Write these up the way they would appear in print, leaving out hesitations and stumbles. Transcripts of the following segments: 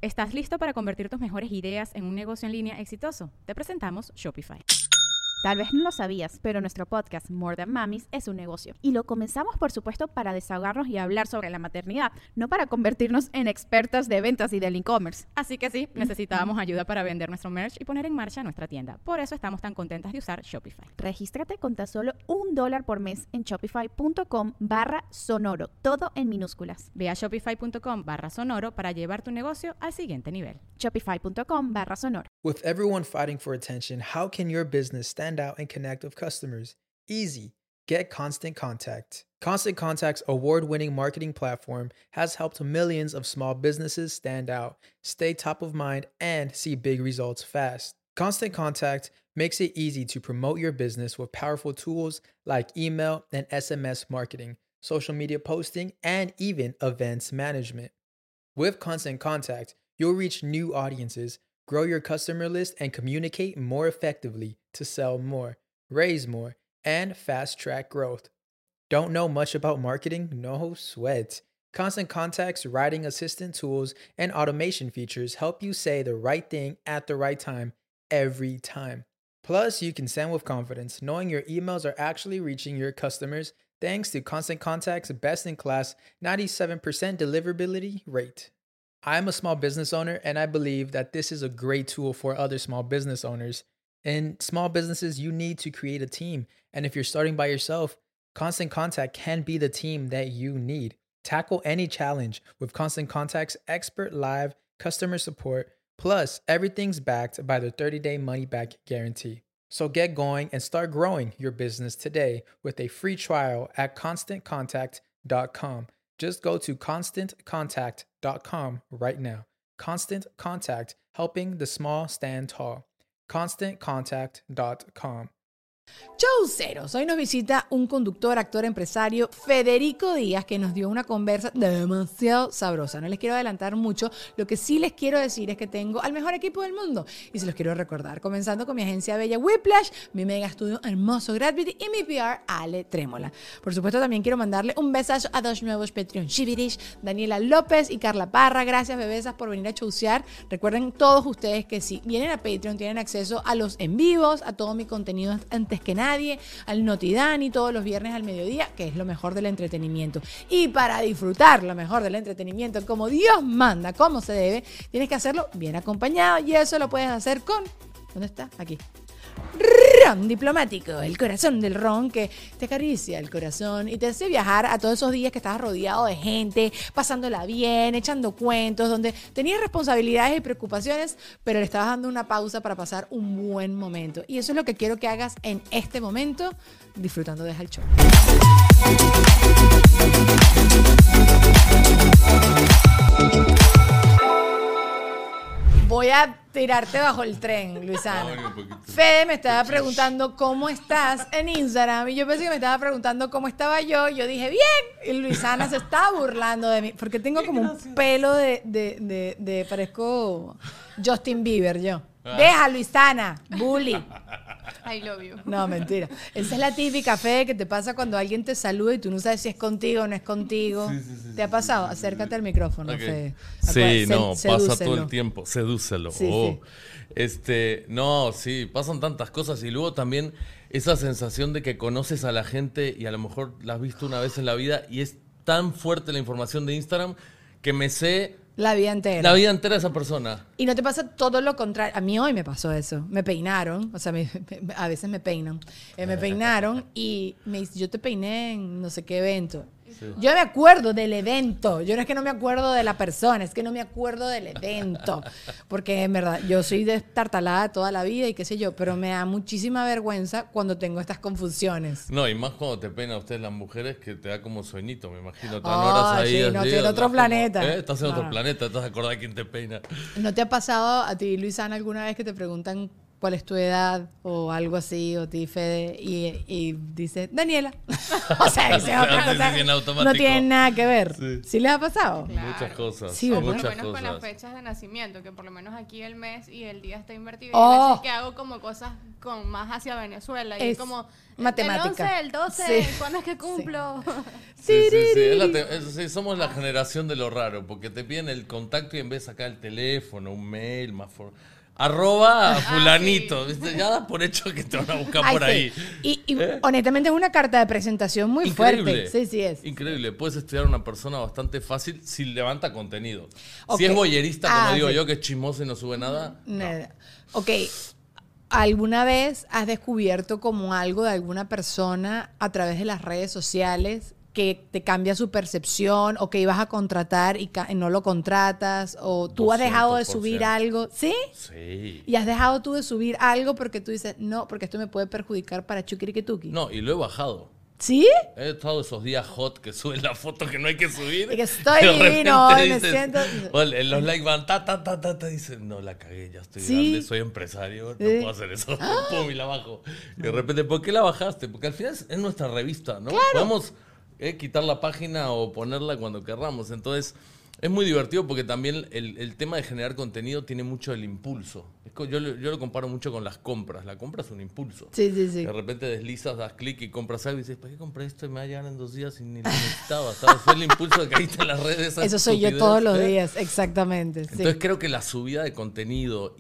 ¿Estás listo para convertir tus mejores ideas en un negocio en línea exitoso? Te presentamos Shopify. Tal vez no lo sabías, pero nuestro podcast More Than Mamis es un negocio. Y lo comenzamos, por supuesto, para desahogarnos y hablar sobre la maternidad, no para convertirnos en expertas de ventas y del e-commerce. Así que sí, necesitábamos ayuda para vender nuestro merch y poner en marcha nuestra tienda. Por eso estamos tan contentas de usar Shopify. Regístrate con tan solo $1 por mes en shopify.com/sonoro, todo en minúsculas. Ve a shopify.com/sonoro para llevar tu negocio al siguiente nivel. Shopify.com/sonoro. With everyone fighting for attention, how can your business stand out and connect with customers? Easy. Get Constant Contact. Constant Contact's award-winning marketing platform has helped millions of small businesses stand out, stay top of mind, and see big results fast. Constant Contact makes it easy to promote your business with powerful tools like email and SMS marketing, social media posting, and even events management. With Constant Contact, you'll reach new audiences, grow your customer list, and communicate more effectively to sell more, raise more, and fast-track growth. Don't know much about marketing? No sweat. Constant Contact's writing assistant tools and automation features help you say the right thing at the right time every time. Plus, you can send with confidence, knowing your emails are actually reaching your customers thanks to Constant Contact's best-in-class 97% deliverability rate. I'm a small business owner, and I believe that this is a great tool for other small business owners. In small businesses, you need to create a team. And if you're starting by yourself, Constant Contact can be the team that you need. Tackle any challenge with Constant Contact's expert live customer support. Plus, everything's backed by the 30-day money-back guarantee. So get going and start growing your business today with a free trial at ConstantContact.com. Just go to ConstantContact.com right now. Constant Contact, helping the small stand tall. ConstantContact.com. Chauceros, hoy nos visita un conductor, actor, empresario, Federico Díaz, que nos dio una conversa demasiado sabrosa. No les quiero adelantar mucho, lo que sí les quiero decir es que tengo al mejor equipo del mundo y se los quiero recordar, comenzando con mi agencia bella Whiplash, mi mega estudio hermoso Gravity y mi PR Ale Trémola. Por supuesto, también quiero mandarle un besazo a dos nuevos Patreon Shivirish, Daniela López y Carla Parra. Gracias, bebesas, por venir a chaucear. Recuerden todos ustedes que si vienen a Patreon tienen acceso a los en vivos, a todo mi contenido antes que nadie, al Notidani todos los viernes al mediodía, que es lo mejor del entretenimiento. Y para disfrutar lo mejor del entretenimiento como Dios manda, como se debe, tienes que hacerlo bien acompañado, y eso lo puedes hacer con... ¿Dónde está? Aquí. Ron Diplomático, el corazón del ron que te acaricia el corazón y te hace viajar a todos esos días que estabas rodeado de gente, pasándola bien, echando cuentos, donde tenías responsabilidades y preocupaciones, pero le estabas dando una pausa para pasar un buen momento. Y eso es lo que quiero que hagas en este momento, disfrutando de El Show. Voy a tirarte bajo el tren, Luisana. Fede me estaba preguntando cómo estás en Instagram y yo pensé que me estaba preguntando cómo estaba yo. Yo dije, bien. Y Luisana se estaba burlando de mí porque tengo como un pelo de parezco Justin Bieber yo. Deja, Luisana, bully. I love you. No, mentira. Esa es la típica, Fede, que te pasa cuando alguien te saluda y tú no sabes si es contigo o no es contigo. Sí, ¿Te ha pasado? Acércate al micrófono, okay. Fede. Sí, pasa todo Sedúcelo. el tiempo. Sedúcelo. Sí, No, sí, pasan tantas cosas. Y luego también esa sensación de que conoces a la gente y a lo mejor la has visto una vez en la vida y es tan fuerte la información de Instagram que me sé La vida entera. la vida entera de esa persona. Y no te pasa todo lo contrario. A mí hoy me pasó eso. Me peinaron, o sea, a veces me peinan. Me peinaron y me dice, yo te peiné en no sé qué evento. Sí. Yo me acuerdo del evento. Yo no es que no me acuerdo de la persona, es que no me acuerdo del evento. Porque en verdad, yo soy destartalada toda la vida y qué sé yo, pero me da muchísima vergüenza cuando tengo estas confusiones. No, y más cuando te peinan ustedes las mujeres, que te da como sueñito, me imagino. Te dan horas ahí. Sí, no, estoy en otro planeta. Estás en otro planeta, estás acordada de quién te peina. ¿No te ha pasado a ti, Luisana, alguna vez que te preguntan cuál es tu edad o algo así, o te dice Fede, y dice Daniela. O sea, dice otra cosa. en automático. No tiene nada que ver. Sí. ¿Sí les ha pasado? Claro. Muchas cosas. Sí, O ¿verdad? por lo muchas menos con las cosas. fechas de nacimiento, que por lo menos aquí el mes y el día está invertido. Y Oh. hay veces que hago como cosas con más hacia Venezuela. Y Es es como matemática. el 11, el 12, Sí. ¿cuándo es que cumplo? Sí, sí, sí. Sí, somos la generación de lo raro, porque te piden el contacto y en vez de sacar el teléfono, un mail, @ fulanito. ¿Viste? Ya das por hecho que te van a buscar Ay, por sí. ahí. Y honestamente es una carta de presentación muy fuerte. Sí, sí es. Increíble. Puedes estudiar a una persona bastante fácil si levanta contenido. Ok. Si es boyerista, como digo sí. yo, que es chismoso y no sube nada. no. Nada. Ok. ¿Alguna vez has descubierto como algo de alguna persona a través de las redes sociales que te cambia su percepción o que ibas a contratar y no lo contratas? ¿O tú has dejado de subir 200%. algo? ¿Sí? Sí. ¿Y has dejado tú de subir algo porque tú dices, no, porque esto me puede perjudicar para Chukiriketuki? No, y lo he bajado. ¿Sí? He estado esos días hot que suben la foto que no hay que subir. Y que estoy De repente divino, hoy me dices, siento... o los likes van dicen, no, la cagué, ya estoy Sí. grande, soy empresario, no puedo hacer eso. Pum, y la bajo. Y de repente, ¿por qué la bajaste? Porque al final es nuestra revista, ¿no? Podemos quitar la página o ponerla cuando querramos. Entonces, es muy divertido porque también el tema de generar contenido tiene mucho el impulso. Yo lo comparo mucho con las compras. La compra es un impulso. Sí, sí, sí. De repente deslizas, das clic y compras algo y dices, ¿para qué compré esto? Y me va a llegar en 2 días y ni lo necesitaba, ¿sabes? Fue el impulso de que caíste en las redes. Eso soy yo todos los días, exactamente. Sí. Entonces creo que la subida de contenido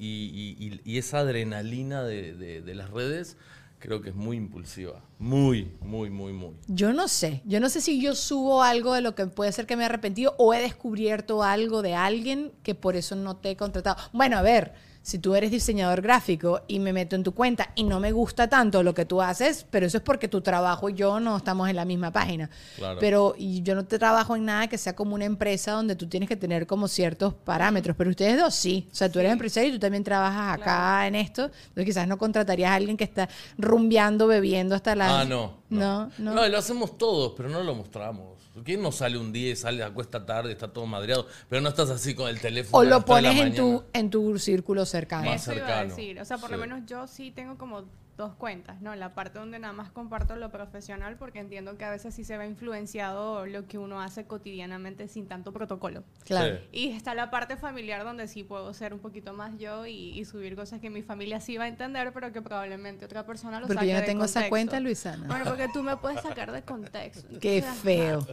y esa adrenalina de las redes, creo que es muy impulsiva. Muy, muy, muy, muy. Yo no sé si yo subo algo de lo que puede ser que me he arrepentido o he descubierto algo de alguien que por eso no te he contratado. Bueno, a ver, si tú eres diseñador gráfico y me meto en tu cuenta y no me gusta tanto lo que tú haces, pero eso es porque tu trabajo y yo no estamos en la misma página. Claro. Pero y yo no te trabajo en nada que sea como una empresa donde tú tienes que tener como ciertos parámetros, pero ustedes dos sí. O sea, tú eres empresario y tú también trabajas acá en esto, entonces quizás no contratarías a alguien que está rumbeando, bebiendo hasta las... No, lo hacemos todos, pero no lo mostramos. ¿Quién no sale un día y sale, acuesta tarde, está todo madreado, pero no estás así con el teléfono? O a las lo 3 de la pones mañana? en tu círculo cercano. Más Eso iba a cercano. decir. O sea, por lo Sí. menos yo sí tengo como 2 cuentas, ¿no? La parte donde nada más comparto lo profesional, porque entiendo que a veces sí se ve influenciado lo que uno hace cotidianamente sin tanto protocolo. Claro. Sí. Y está la parte familiar donde sí puedo ser un poquito más yo y subir cosas que mi familia sí va a entender, pero que probablemente otra persona lo Porque saque yo no de tengo esa contexto. cuenta, Luisana. Bueno, porque tú me puedes sacar de contexto. Qué O sea, feo.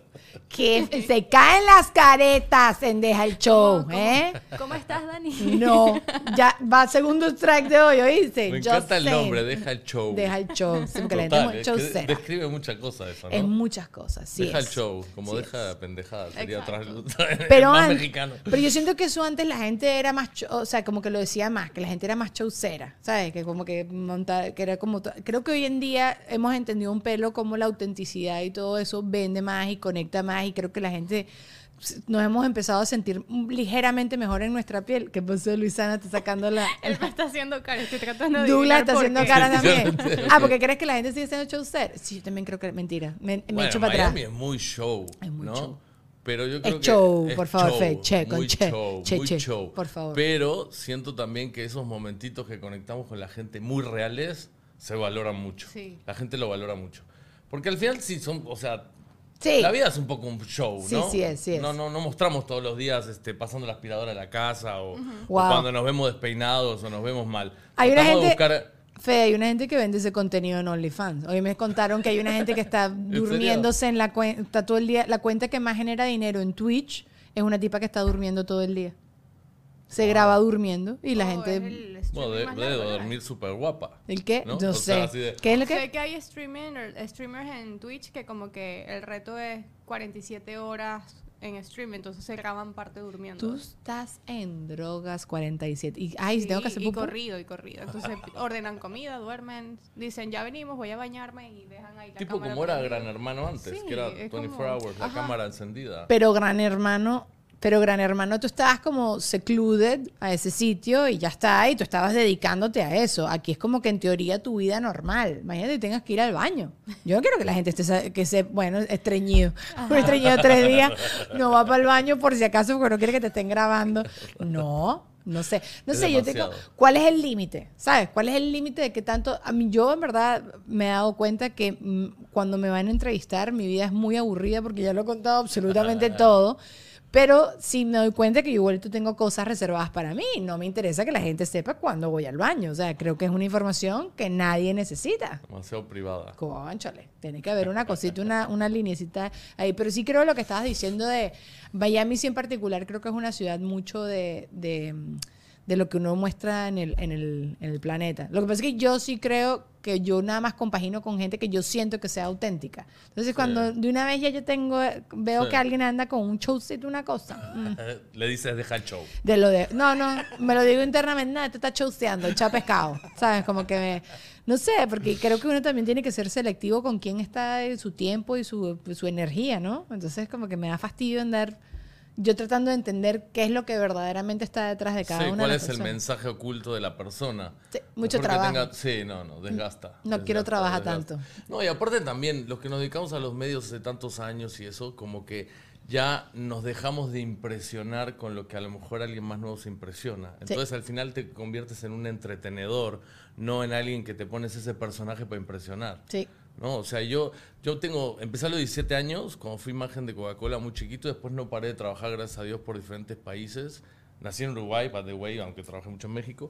Se caen las caretas en Deja el Show, ¿eh? ¿Cómo estás, Dani? No, ya va segundo strike de hoy, ¿oíste? Me Just encanta el saying. nombre, Deja el Show. Deja el show. Sí, porque la gente Total, es es show que cera. describe muchas cosas eso, ¿no? Es muchas cosas, sí. Deja es. el show, como Sí deja es. pendejada, sería Exacto. Pero, más mexicano. pero yo siento que eso antes la gente era más, o sea, como que lo decía más, que la gente era más showcera, ¿sabes? Que como que montar, que era como, creo que hoy en día hemos entendido un pelo como la autenticidad y todo eso vende más y conecta más y creo que la gente nos hemos empezado a sentir ligeramente mejor en nuestra piel. ¿Qué pasó, Luisana? Te sacando la... Él me está haciendo cara, estoy tratando de Douglas adivinar está por haciendo qué. cara Sí, también. yo no entiendo. Porque crees que la gente sigue siendo showcera. Sí, yo también creo que mentira. Me Bueno, echo para Miami atrás. es muy show, Es muy ¿no? show. Pero yo creo Es que show, es por favor, show, Fe, che, con muy che, show, che, muy che, show. por favor. Pero siento también que esos momentitos que conectamos con la gente muy reales se valoran mucho. Sí. La gente lo valora mucho. Porque al final sí son, o sea, Sí. la vida es un poco un show, Sí, ¿no? sí es, sí es. No mostramos todos los días pasando la aspiradora a la casa o Wow. cuando nos vemos despeinados o nos vemos mal. Hay una Tratamos de gente... buscar- Fe, hay una gente que vende ese contenido en OnlyFans. Hoy me contaron que hay una gente que está durmiéndose en la cuenta, está todo el día. La cuenta que más genera dinero en Twitch es una tipa que está durmiendo todo el día. Se graba durmiendo y la Oh, gente... es el streaming Bueno, más debe largo, ¿no? dormir súper guapa. ¿El qué? ¿no? No O sea, sé. así de- ¿Qué es lo que...? Sé que hay streamers en Twitch que como que el reto es 47 horas en stream, entonces se graban parte durmiendo. Tú estás en drogas 47. Y, ay, Sí, tengo que hacer y popó. corrido. Entonces ordenan comida, duermen, dicen ya venimos, voy a bañarme y dejan ahí la Tipo cámara como era prendida. Gran Hermano antes, Sí, que era es 24 como- hours, la ajá. cámara encendida. Pero Gran Hermano, tú estabas como secluded a ese sitio y ya está, y tú estabas dedicándote a eso. Aquí es como que en teoría tu vida normal. Imagínate que tengas que ir al baño. Yo no quiero que la gente bueno, estreñido. Un estreñido 3 días, no va para el baño por si acaso porque no quiere que te estén grabando. No, No sé, Es yo tengo... demasiado. ¿Cuál es el límite? ¿Sabes? ¿Cuál es el límite de qué tanto...? A mí, yo en verdad me he dado cuenta que cuando me van a entrevistar, mi vida es muy aburrida porque ya lo he contado absolutamente todo. Pero sí me doy cuenta que yo igual tengo cosas reservadas para mí. No me interesa que la gente sepa cuándo voy al baño. O sea, creo que es una información que nadie necesita. Demasiado privada. Cónchale, tiene que haber una cosita, una linecita ahí. Pero sí creo lo que estabas diciendo de Miami, sí en particular, creo que es una ciudad mucho de lo que uno muestra en el planeta. Lo que pasa es que yo sí creo que yo nada más compagino con gente que yo siento que sea auténtica. Entonces, cuando de una vez ya yo veo que alguien anda con un showcito, una cosa. Le dices, deja el show. No, me lo digo internamente, nada, te está showseando, echa pescado. ¿Sabes? Como que no sé, porque creo que uno también tiene que ser selectivo con quién está en su tiempo y su energía, ¿no? Entonces, como que me da fastidio andar yo tratando de entender qué es lo que verdaderamente está detrás de cada una de ¿cuál las es el personas. mensaje oculto de la persona? Sí, mucho Mejor que trabajo. desgasta. No quiero trabajar desgasta. tanto. No, y aparte también, los que nos dedicamos a los medios hace tantos años y eso, como que ya nos dejamos de impresionar con lo que a lo mejor alguien más nuevo se impresiona. Entonces al final te conviertes en un entretenedor, no en alguien que te pones ese personaje para impresionar. Sí. ¿No? O sea, empecé a los 17 años, cuando fui imagen de Coca-Cola muy chiquito, después no paré de trabajar, gracias a Dios, por diferentes países. Nací en Uruguay, by the way, aunque trabajé mucho en México.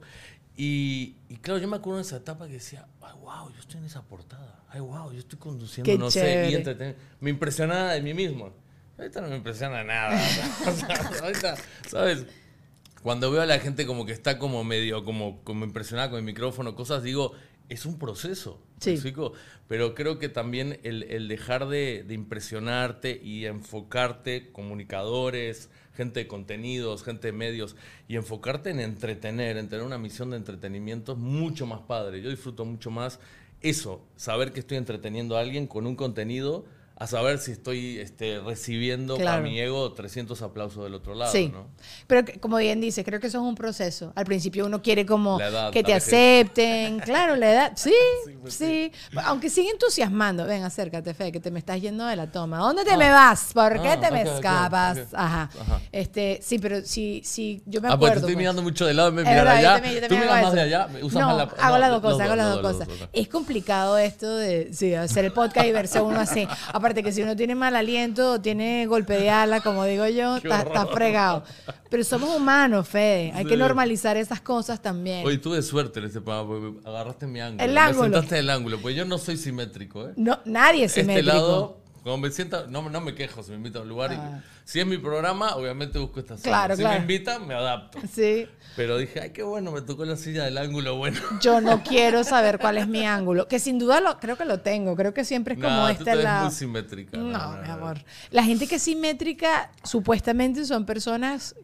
Y claro, yo me acuerdo de esa etapa que decía, ay, wow, yo estoy en esa portada. Ay, wow, yo estoy conduciendo, Qué no chévere. sé, y entreteniendo. Me impresionaba de mí mismo. Ahorita no me impresiona nada. O sea, ahorita, ¿sabes? Cuando veo a la gente como que está como medio, como impresionada con el micrófono, cosas, digo, es un proceso. Sí. ¿Me explico? Pero creo que también el dejar de impresionarte y enfocarte, comunicadores, gente de contenidos, gente de medios, y enfocarte en entretener, en tener una misión de entretenimiento es mucho más padre. Yo disfruto mucho más eso, saber que estoy entreteniendo a alguien con un contenido, a saber si estoy recibiendo a mi ego 300 aplausos del otro lado, Sí, ¿no? pero como bien dices, creo que eso es un proceso. Al principio uno quiere como La edad, que te la vejez. acepten, claro, la edad, sí, pues sí. Aunque sigue entusiasmando. Ven, acércate, Fe, que te me estás yendo de la toma. ¿Dónde te me vas? ¿Por qué te me ok, escapas? ok. Ajá. Ajá. Sí, pero sí, yo me Pues te acuerdo. estoy pues. mirando mucho de lado en vez de Es mirar verdad, allá. yo Tú también miras hago más de eso. allá, usas No, más la... hago las dos los cosas, hago las dos cosas. ok. Es complicado esto de hacer el podcast y verse uno así. Aparte que si uno tiene mal aliento, tiene golpe de ala, como digo yo, Qué está horror. fregado. Pero somos humanos, Fede. Hay que Sí. normalizar esas cosas también. Oye, tuve suerte en este programa porque agarraste mi ángulo. El me ángulo. sentaste en el ángulo, porque yo no soy simétrico, ¿eh? No, nadie es simétrico. Este lado, cuando me sienta, no me quejo si me invitan a un lugar. Si es mi programa, obviamente busco esta zona. Claro, si claro. me invitan, me adapto. Sí. Pero dije, ay, qué bueno, me tocó la silla del ángulo bueno. Yo no quiero saber cuál es mi ángulo. Que sin duda creo que lo tengo. Creo que siempre es como Nah, tú este te ves lado. muy simétrica. No, mi amor. La gente que es simétrica, supuestamente son personas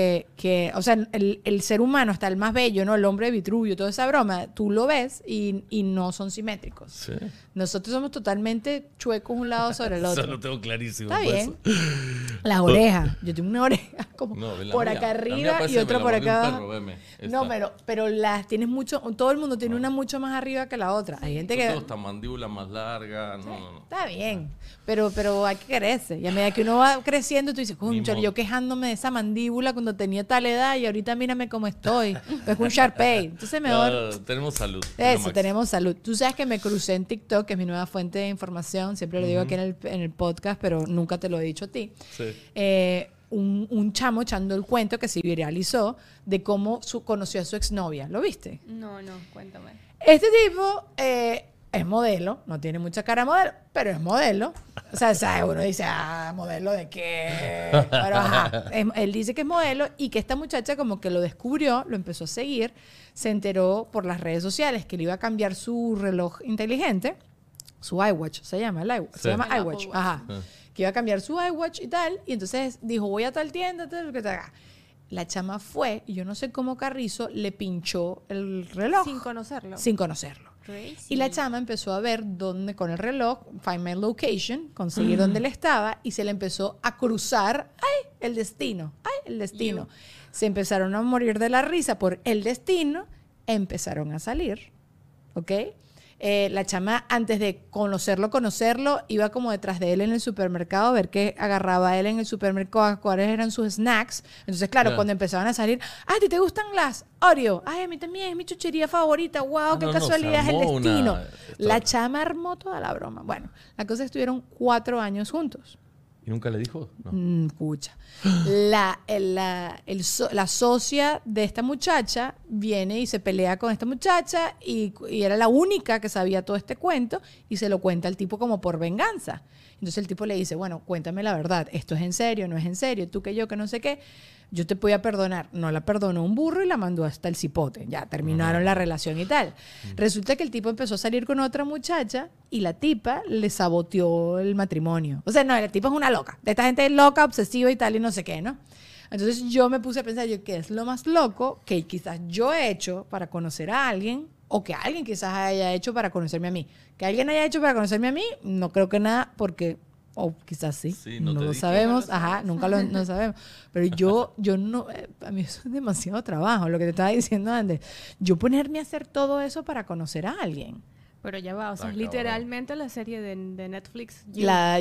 que o sea, el ser humano, hasta el más bello, ¿no? El hombre de Vitruvio, toda esa broma, tú lo ves y no son simétricos. Sí. Nosotros somos totalmente chuecos un lado sobre el Eso otro. lo tengo clarísimo. Está pues. bien. Las orejas. Yo tengo una oreja como No, ve la por mía. acá La mía arriba parece y que otra me la por mordió un acá perro, abajo. veme. No, Esta. pero las tienes mucho, todo el mundo tiene una mucho más arriba que la otra. Hay gente Yo que tengo esta mandíbula más larga. No. está bien, pero hay que quererse. Y a medida que uno va creciendo, tú dices, Ni concha, modo. yo quejándome de esa mandíbula cuando tenía tal edad y ahorita mírame cómo estoy. Es un Sharpay. Entonces mejor... No, tenemos salud. es lo Eso, máximo. tenemos salud. Tú sabes que me crucé en TikTok, que es mi nueva fuente de información. Siempre lo digo aquí en el podcast, pero nunca te lo he dicho a ti. Sí. Un chamo echando el cuento que se viralizó de cómo conoció a su exnovia. ¿Lo viste? No, cuéntame. Este tipo es modelo, no tiene mucha cara de modelo, pero es modelo. O sea, uno dice, ¿modelo de qué? Pero ajá, él dice que es modelo y que esta muchacha como que lo descubrió, lo empezó a seguir, se enteró por las redes sociales que le iba a cambiar su reloj inteligente, su iWatch, se llama el iWatch, Sí. se llama El iWatch, Apple Watch. ajá, Ah. que iba a cambiar su iWatch y tal, y entonces dijo, voy a tal tienda, tal, que tal. La chama fue, y yo no sé cómo Carrizo le pinchó el reloj. Sin conocerlo. Sin conocerlo. Crazy. Y la chama empezó a ver dónde con el reloj, find my location, conseguir dónde él estaba y se le empezó a cruzar, ¡ay! El destino, ¡ay! El destino. Se empezaron a morir de la risa por el destino, empezaron a salir, ¿ok? La chama, antes de conocerlo, iba como detrás de él en el supermercado a ver qué agarraba él en el supermercado, cuáles eran sus snacks. Entonces, claro, cuando empezaban a salir, ¿a ti te gustan las Oreo? Ay, a mí también, es mi chuchería favorita. ¡Wow! ¡Qué casualidad es el destino! La chama armó toda la broma. Bueno, la cosa es que estuvieron 4 años juntos. ¿Y nunca le dijo? No. Escucha. La socia de esta muchacha viene y se pelea con esta muchacha y era la única que sabía todo este cuento y se lo cuenta al tipo como por venganza. Entonces el tipo le dice, bueno, cuéntame la verdad, ¿esto es en serio, no es en serio? Tú que yo, que no sé qué, yo te voy a perdonar. No la perdonó un burro y la mandó hasta el cipote. Ya terminaron la relación y tal. Resulta que el tipo empezó a salir con otra muchacha y la tipa le saboteó el matrimonio. O sea, no, la tipa es una loca. De esta gente loca, obsesiva y tal y no sé qué, ¿no? Entonces yo me puse a pensar, ¿qué es lo más loco que quizás yo he hecho para conocer a alguien o que alguien quizás haya hecho para conocerme a mí? Que alguien haya hecho para conocerme a mí, no creo que nada, porque... O quizás sí, no lo sabemos, nunca lo sabemos. Pero yo no, a mí eso es demasiado trabajo, lo que te estaba diciendo antes. Yo ponerme a hacer todo eso para conocer a alguien. Pero ya va, o sea, es literalmente la serie de Netflix. La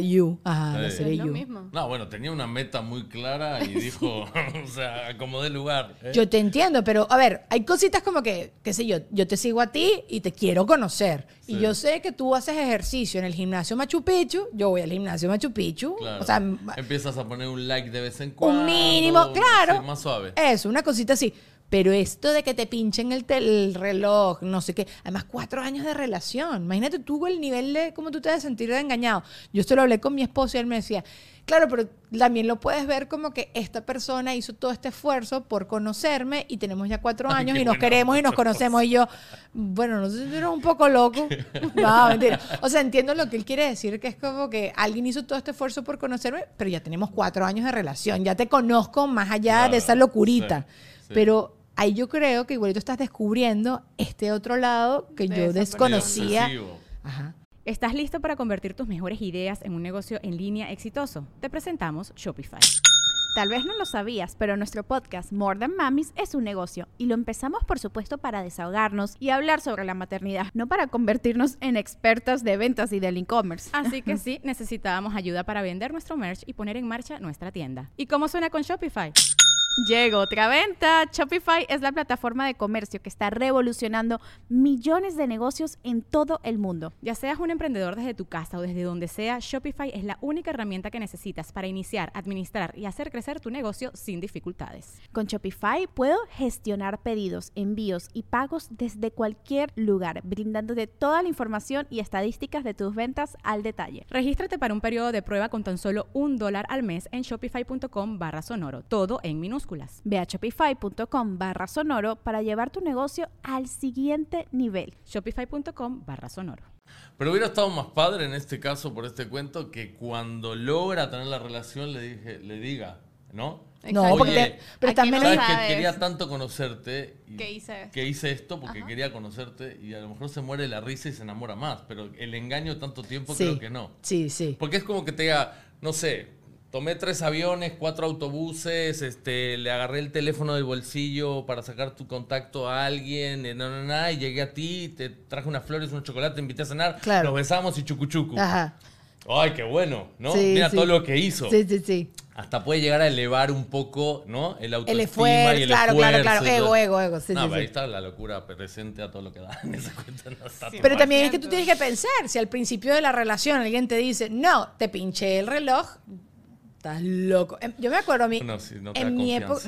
serie es lo You. mismo. No, bueno, tenía una meta muy clara y dijo, o sea, acomodé lugar. Yo te entiendo, pero a ver, hay cositas como que, qué sé yo te sigo a ti y te quiero conocer. Sí. Y yo sé que tú haces ejercicio en el gimnasio Machu Picchu, yo voy al gimnasio Machu Picchu. Claro. O sea, empiezas a poner un like de vez en cuando. Un mínimo, claro. Sí, más suave. Eso, una cosita así. Pero esto de que te pinchen el reloj, no sé qué. Además, 4 años de relación. Imagínate tú el nivel de cómo tú te debes sentir de engañado. Yo esto lo hablé con mi esposo y él me decía, claro, pero también lo puedes ver como que esta persona hizo todo este esfuerzo por conocerme y tenemos ya 4 años y nos queremos y nos conocemos. Y yo, bueno, no sé si eres un poco loco. No, mentira. O sea, entiendo lo que él quiere decir, que es como que alguien hizo todo este esfuerzo por conocerme, pero ya tenemos 4 años de relación. Ya te conozco más allá de esa locurita. Sí. Pero... ahí yo creo que igualito estás descubriendo este otro lado que yo desconocía. Ajá. ¿Estás listo para convertir tus mejores ideas en un negocio en línea exitoso? Te presentamos Shopify. Tal vez no lo sabías, pero nuestro podcast More Than Mamis es un negocio y lo empezamos por supuesto para desahogarnos y hablar sobre la maternidad, no para convertirnos en expertas de ventas y del e-commerce. Así que sí, necesitábamos ayuda para vender nuestro merch y poner en marcha nuestra tienda. ¿Y cómo suena con Shopify? Llegó otra venta. Shopify es la plataforma de comercio que está revolucionando millones de negocios en todo el mundo. Ya seas un emprendedor desde tu casa o desde donde sea, Shopify es la única herramienta que necesitas para iniciar, administrar y hacer crecer tu negocio sin dificultades. Con Shopify puedo gestionar pedidos, envíos y pagos desde cualquier lugar, brindándote toda la información y estadísticas de tus ventas al detalle. Regístrate para un periodo de prueba con tan solo $1 al mes en shopify.com/sonoro, todo en minúsculas. Ve a shopify.com/sonoro para llevar tu negocio al siguiente nivel. Shopify.com/sonoro. Pero hubiera estado más padre en este caso, por este cuento, que cuando logra tener la relación le diga, ¿no? No, porque pero también sabes que quería tanto conocerte y que hice esto porque quería conocerte y a lo mejor se muere la risa y se enamora más, pero el engaño tanto tiempo creo que no. Sí, sí. Porque es como que te diga, no sé, tomé 3 aviones, 4 autobuses, le agarré el teléfono del bolsillo para sacar tu contacto a alguien, y llegué a ti, te traje unas flores, unos chocolates, te invité a cenar, nos besamos y chucuchucu. Ajá. Ay, qué bueno, ¿no? Sí, mira todo lo que hizo. Sí, sí, sí. Hasta puede llegar a elevar un poco, ¿no? El autoestima el esfuerzo, y el claro, esfuerzo. Claro. Ego. Sí, no, sí, pero ahí sí. está la locura presente a todo lo que da en esa cuenta. No está Pero también es que tú tienes que pensar, si al principio de la relación alguien te dice, no, te pinché el reloj, estás loco. Yo me acuerdo a mí, en mi época,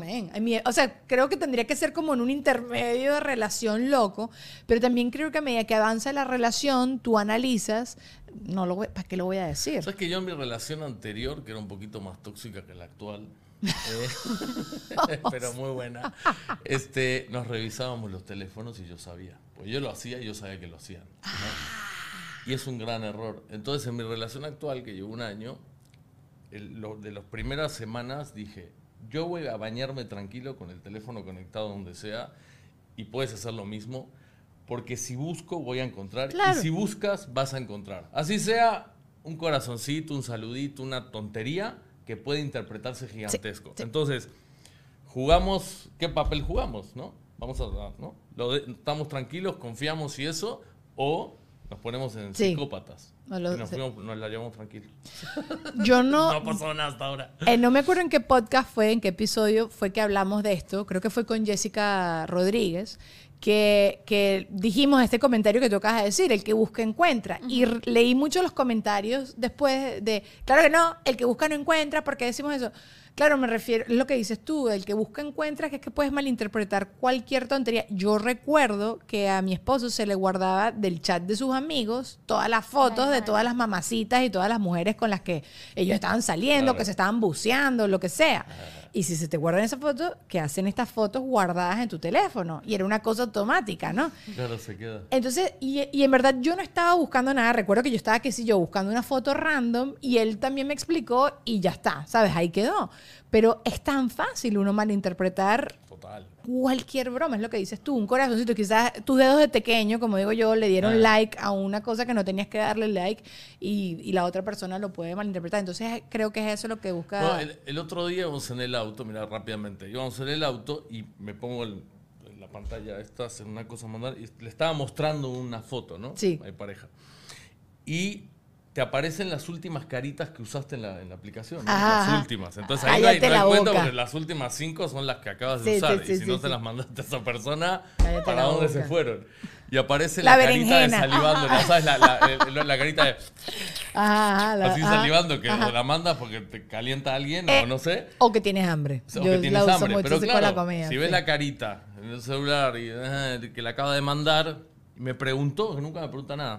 o sea, creo que tendría que ser como en un intermedio de relación loco, pero también creo que a medida que avanza la relación, tú analizas, ¿para qué lo voy a decir? ¿Sabes que yo en mi relación anterior, que era un poquito más tóxica que la actual, pero muy buena, nos revisábamos los teléfonos y yo sabía. Pues yo lo hacía y yo sabía que lo hacían, ¿no? Y es un gran error. Entonces, en mi relación actual, que llevo 1 año, de las primeras semanas dije, yo voy a bañarme tranquilo con el teléfono conectado donde sea y puedes hacer lo mismo, porque si busco voy a encontrar, y si buscas vas a encontrar. Así sea un corazoncito, un saludito, una tontería que puede interpretarse gigantesco. Sí. Entonces, jugamos, ¿qué papel jugamos? ¿No? Vamos a, ¿no? Estamos tranquilos, confiamos y eso, o nos ponemos en Sí. psicópatas. No Y lo nos, sé. nos la llevamos tranquilos. Yo No ha pasado nada hasta ahora. No me acuerdo en qué podcast fue, en qué episodio fue que hablamos de esto. Creo que fue con Jessica Rodríguez, que dijimos este comentario que tú acabas de decir, el que busca encuentra. Y leí muchos los comentarios después de, claro que no, el que busca no encuentra, ¿por qué decimos eso? Claro, me refiero, es lo que dices tú, el que busca encuentra, que es que puedes malinterpretar cualquier tontería. Yo recuerdo que a mi esposo se le guardaba del chat de sus amigos todas las fotos de todas las mamacitas y todas las mujeres con las que ellos estaban saliendo, Claro. que se estaban buceando, lo que sea. Y si se te guardan esas fotos, ¿qué hacen estas fotos guardadas en tu teléfono? Y era una cosa automática, ¿no? Claro, se queda. Entonces, y en verdad yo no estaba buscando nada. Recuerdo que yo estaba, qué sé yo, buscando una foto random y él también me explicó y ya está, ¿sabes? Ahí quedó. Pero es tan fácil uno malinterpretar Total. cualquier broma, es lo que dices tú, un corazoncito, quizás tus dedos de pequeño, como digo yo, le dieron like a una cosa que no tenías que darle like y la otra persona lo puede malinterpretar. Entonces creo que es eso lo que busca. No, el otro día íbamos en el auto, mira rápidamente, íbamos en el auto y me pongo en la pantalla esta, en una cosa mandar, y le estaba mostrando una foto, ¿no? Sí. Hay pareja. Y te aparecen las últimas caritas que usaste en la aplicación, ¿no? Ajá. Las últimas. Entonces ahí no hay Cállate la cuenta boca. porque las últimas 5 son las que acabas Sí, de usar. sí, sí, y si no sí, te sí. las mandaste a esa persona, Cállate ¿para la dónde boca. se fueron? Y aparece La la carita de berenjena. salivando, ¿no? ¿Sabes? La carita de Ajá, así salivando que o la mandas porque te calienta alguien o no sé. O que tienes hambre. O Yo que tienes la uso hambre. mucho Pero con claro, la comida. si sí. ves la carita en el celular y que la acaba de mandar, me preguntó, que nunca me pregunta nada,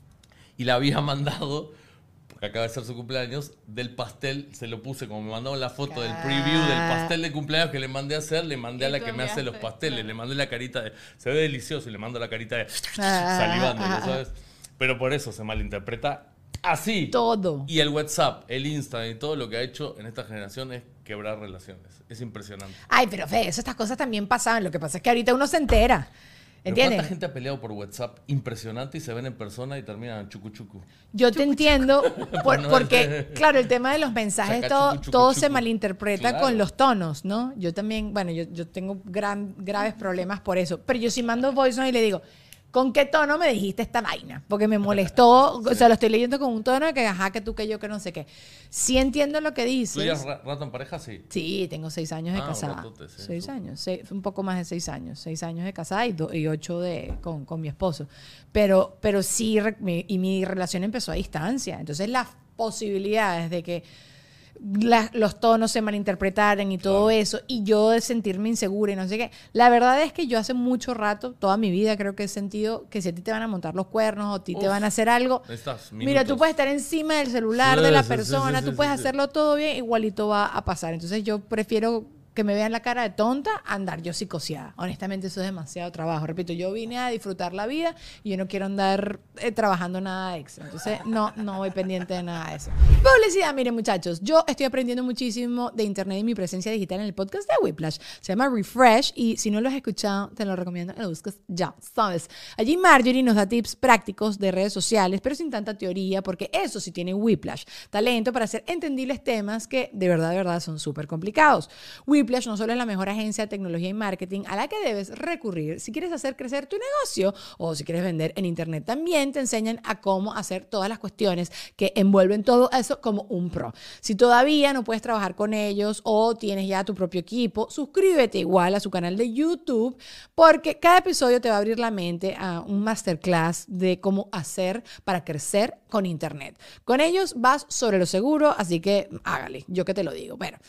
y la había mandado, porque acaba de ser su cumpleaños, del pastel, se lo puse, como me mandaron la foto del preview del pastel de cumpleaños que le mandé a hacer, le mandé a Y la tú que me hace los enviaste, pasteles, claro. le mandé la carita de, se ve delicioso, y le mando la carita de salivando, ¿ya sabes? Pero por eso se malinterpreta así. Todo. Y el WhatsApp, el Instagram y todo lo que ha hecho en esta generación es quebrar relaciones. Es impresionante. Ay, pero Fe, estas cosas también pasaban. Lo que pasa es que ahorita uno se entera. Pero ¿Entiendes? ¿cuánta gente ha peleado por WhatsApp? Impresionante y se ven en persona y terminan chucu chucu. Yo te entiendo Bueno, porque, claro, el tema de los mensajes, Chaca, todo, chucu, chucu, todo se chucu. malinterpreta Claro. con los tonos, ¿no? Yo también, bueno, yo tengo graves problemas por eso, pero yo sí mando voice note y le digo, ¿con qué tono me dijiste esta vaina? Porque me molestó, o sea, lo estoy leyendo con un tono de que, ajá, que tú, que yo, que no sé qué. Sí entiendo lo que ¿Tú dices. ya rato en pareja? Sí. Sí, tengo 6 años de Ah, un casada. ratote, sí, 6 súper. años, un poco más de 6 años. 6 años de casada y 8 con mi esposo. Pero sí, y mi relación empezó a distancia. Entonces las posibilidades de que los tonos se malinterpretaran y todo eso, y yo de sentirme insegura y no sé qué. La verdad es que yo hace mucho rato, toda mi vida creo que he sentido que si a ti te van a montar los cuernos o a ti te Uf, van a hacer algo, necesitas mira, tú minutos. puedes estar encima del celular Sí, de la sí, persona, sí, tú sí, puedes sí, sí. hacerlo todo bien, igualito va a pasar. Entonces yo prefiero que me vean la cara de tonta a andar yo psicoseada. Honestamente eso es demasiado trabajo. Repito, yo vine a disfrutar la vida y yo no quiero andar trabajando nada extra. Entonces no voy pendiente de nada de eso. Publicidad, miren muchachos, yo estoy aprendiendo muchísimo de internet y mi presencia digital en el podcast de Whiplash. Se llama Refresh y si no lo has escuchado, te lo recomiendo que lo busques ya, ¿sabes? Allí Marjorie nos da tips prácticos de redes sociales, pero sin tanta teoría, porque eso sí tiene Whiplash. Talento para hacer entendibles temas que de verdad son súper complicados. Whiplash no solo es la mejor agencia de tecnología y marketing a la que debes recurrir si quieres hacer crecer tu negocio o si quieres vender en internet. También te enseñan a cómo hacer todas las cuestiones que envuelven todo eso como un pro. Si todavía no puedes trabajar con ellos o tienes ya tu propio equipo, suscríbete igual a su canal de YouTube porque cada episodio te va a abrir la mente a un masterclass de cómo hacer para crecer con internet. Con ellos vas sobre lo seguro, así que hágale, yo que te lo digo. Bueno,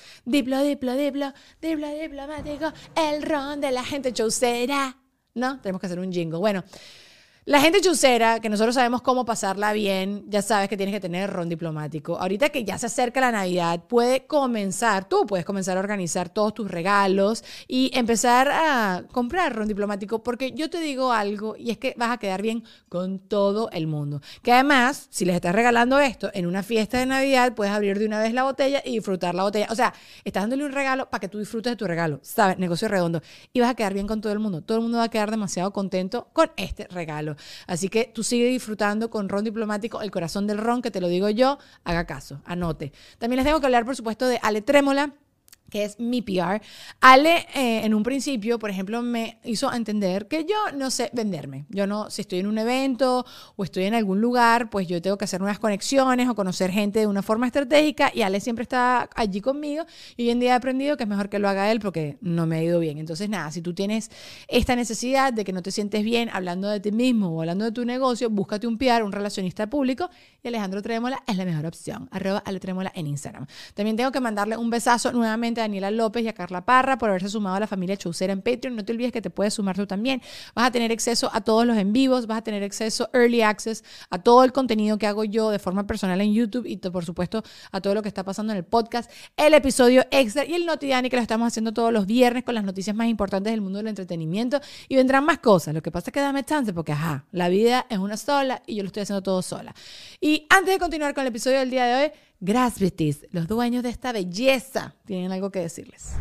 diplomático, el ron de la gente chaucera. ¿No? Tenemos que hacer un jingle. Bueno, la gente chaucera, que nosotros sabemos cómo pasarla bien, ya sabes que tienes que tener ron diplomático. Ahorita que ya se acerca la Navidad, tú puedes comenzar a organizar todos tus regalos y empezar a comprar ron diplomático, porque yo te digo algo, y es que vas a quedar bien con todo el mundo. Que además, si les estás regalando esto en una fiesta de Navidad, puedes abrir de una vez la botella y disfrutar la botella. O sea, estás dándole un regalo para que tú disfrutes de tu regalo, ¿sabes? Negocio redondo. Y vas a quedar bien con todo el mundo. Todo el mundo va a quedar demasiado contento con este regalo. Así que tú sigue disfrutando con ron diplomático, el corazón del ron, que te lo digo yo, haga caso, anote. También les tengo que hablar, por supuesto, de Ale Trémola, que es mi PR. Ale, en un principio, por ejemplo, me hizo entender que yo no sé venderme. Yo no, si estoy en un evento o estoy en algún lugar, pues yo tengo que hacer nuevas conexiones o conocer gente de una forma estratégica, y Ale siempre está allí conmigo, y hoy en día he aprendido que es mejor que lo haga él porque no me ha ido bien. Entonces, nada, si tú tienes esta necesidad de que no te sientes bien hablando de ti mismo o hablando de tu negocio, búscate un PR, un relacionista público, y Alejandro Trémola es la mejor opción. @AleTrémola en Instagram. También tengo que mandarle un besazo nuevamente a Daniela López y a Carla Parra por haberse sumado a la familia Chaucera en Patreon. No te olvides que te puedes sumar tú también. Vas a tener acceso a todos los en vivos, vas a tener acceso early access a todo el contenido que hago yo de forma personal en YouTube y por supuesto a todo lo que está pasando en el podcast, el episodio extra y el Notidani, que lo estamos haciendo todos los viernes con las noticias más importantes del mundo del entretenimiento, y vendrán más cosas. Lo que pasa es que dame chance porque la vida es una sola y yo lo estoy haciendo todo sola. Y antes de continuar con el episodio del día de hoy, Grassbities, los dueños de esta belleza, tienen algo que decirles.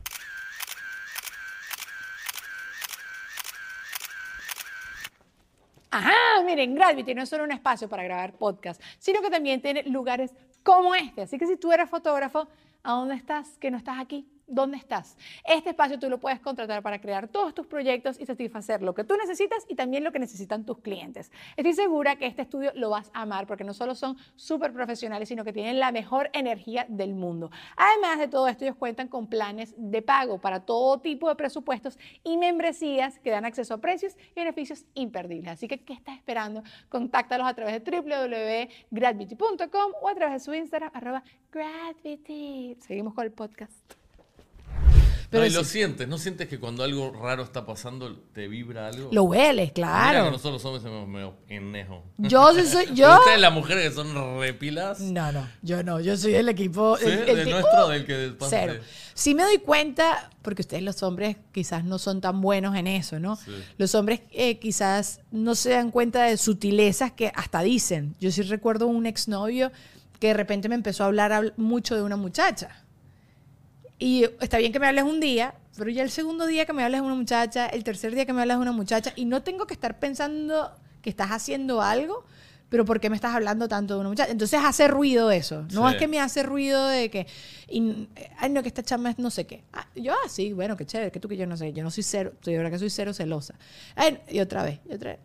Ajá, miren, Grassbities no es solo un espacio para grabar podcast, sino que también tiene lugares como este. Así que si tú eres fotógrafo, ¿a dónde estás? ¿Que no estás aquí? ¿Dónde estás? Este espacio tú lo puedes contratar para crear todos tus proyectos y satisfacer lo que tú necesitas y también lo que necesitan tus clientes. Estoy segura que este estudio lo vas a amar porque no solo son súper profesionales, sino que tienen la mejor energía del mundo. Además de todo esto, ellos cuentan con planes de pago para todo tipo de presupuestos y membresías que dan acceso a precios y beneficios imperdibles. Así que, ¿qué estás esperando? Contáctalos a través de www.grassbities.com o a través de su Instagram, @Grassbities. Seguimos con el podcast. Pero no, y lo sientes, ¿no sientes que cuando algo raro está pasando te vibra algo? Lo hueles, claro. Mira que nosotros los hombres somos medio ennejo. Yo. ¿Ustedes las mujeres que son repilas? No, yo soy el equipo. ¿Sí? ¿Del nuestro, del que pasa? Cero. Sí me doy cuenta, porque ustedes los hombres quizás no son tan buenos en eso, ¿no? Sí. Los hombres quizás no se dan cuenta de sutilezas que hasta dicen. Yo sí recuerdo un exnovio que de repente me empezó a hablar mucho de una muchacha. Y está bien que me hables un día, pero ya el segundo día que me hables de una muchacha, el tercer día que me hablas de una muchacha, y no tengo que estar pensando que estás haciendo algo, pero ¿por qué me estás hablando tanto de una muchacha? Entonces hace ruido eso. No es que me hace ruido de que, ay, no, que esta chama es no sé qué. Sí, bueno, qué chévere, que tú que yo no sé. Yo no soy cero, de verdad que soy cero celosa. Y otra vez.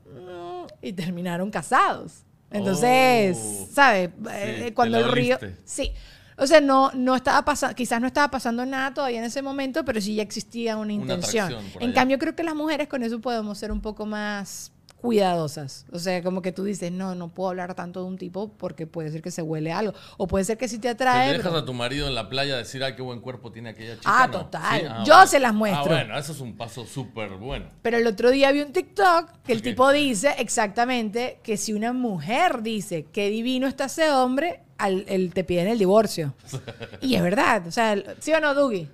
Y terminaron casados. Entonces, ¿sabes? Cuando el río... Sí. O sea, no estaba pasando, quizás no estaba pasando nada todavía en ese momento, pero sí ya existía una intención. En cambio, creo que las mujeres con eso podemos ser un poco más cuidadosas. O sea, como que tú dices, no puedo hablar tanto de un tipo porque puede ser que se huele algo. O puede ser que sí te atrae. ¿Te dejas a tu marido en la playa decir, ay, qué buen cuerpo tiene aquella chica? Total. ¿Sí? Yo bueno. se las muestro. Bueno, eso es un paso súper bueno. Pero el otro día vi un TikTok que el tipo dice exactamente que si una mujer dice, qué divino está ese hombre, te piden el divorcio. Y es verdad. O sea, ¿sí o no, Dougie?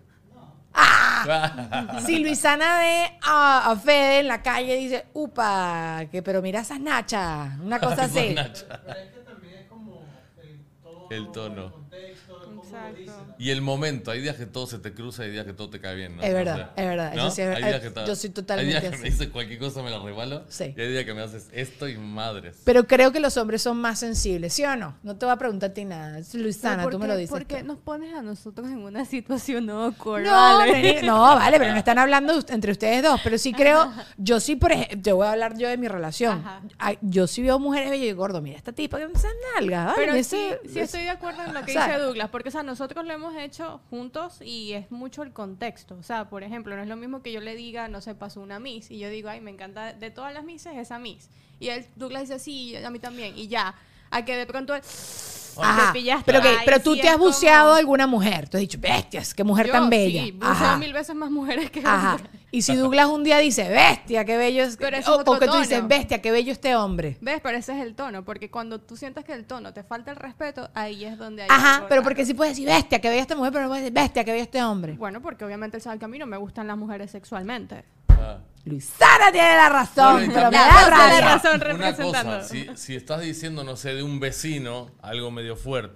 Si Luisana ve a Fede en la calle dice, upa, pero mira esas nachas, una cosa así. Pero es que también es como el tono. El contexto, y el momento, hay días que todo se te cruza, hay días que todo te cae bien, ¿no? Es verdad, es verdad. ¿no? Eso sí, hay días que yo soy totalmente hay días que así. me dices cualquier cosa, me la rebalo. Sí. Y hay días que me haces esto y madres. Pero creo que los hombres son más sensibles, ¿sí o no? No te voy a preguntar a ti nada. Luisana, tú me lo dices. ¿Por qué nos pones a nosotros en una situación awkward? Vale, pero no están hablando entre ustedes dos. Pero sí creo, yo sí, por ejemplo, te voy a hablar yo de mi relación. Yo sí veo mujeres bellas y digo, gordo, mira esta tipa que me hace nalga. Pero sí estoy de acuerdo en lo que dice Douglas, porque o sea, nosotros lo hemos hecho juntos y es mucho el contexto. O sea, por ejemplo, no es lo mismo que yo le diga, no sé, pasó una Miss y yo digo, ay, me encanta de todas las Misses esa Miss. Y Douglas dice, sí, a mí también. Y ya, a que de pronto pero tú te has buceado a alguna mujer. Tú has dicho, bestias, qué mujer tan bella. Sí, buceo 1000 veces más mujeres que hombres. Y si Douglas un día dice, bestia, qué bello es, o que tú dices, bestia, qué bello este hombre. ¿Ves? Pero ese es el tono, porque cuando tú sientes que el tono te falta el respeto, ahí es donde hay pero porque sí puedes decir, bestia, qué bella esta mujer, pero no puedes decir, bestia, qué bello este hombre. Bueno, porque obviamente él sabe que a mí no me gustan las mujeres sexualmente. Luisana tiene la razón, pero me da rabia. Una cosa, si estás diciendo, no sé, de un vecino, algo medio fuerte,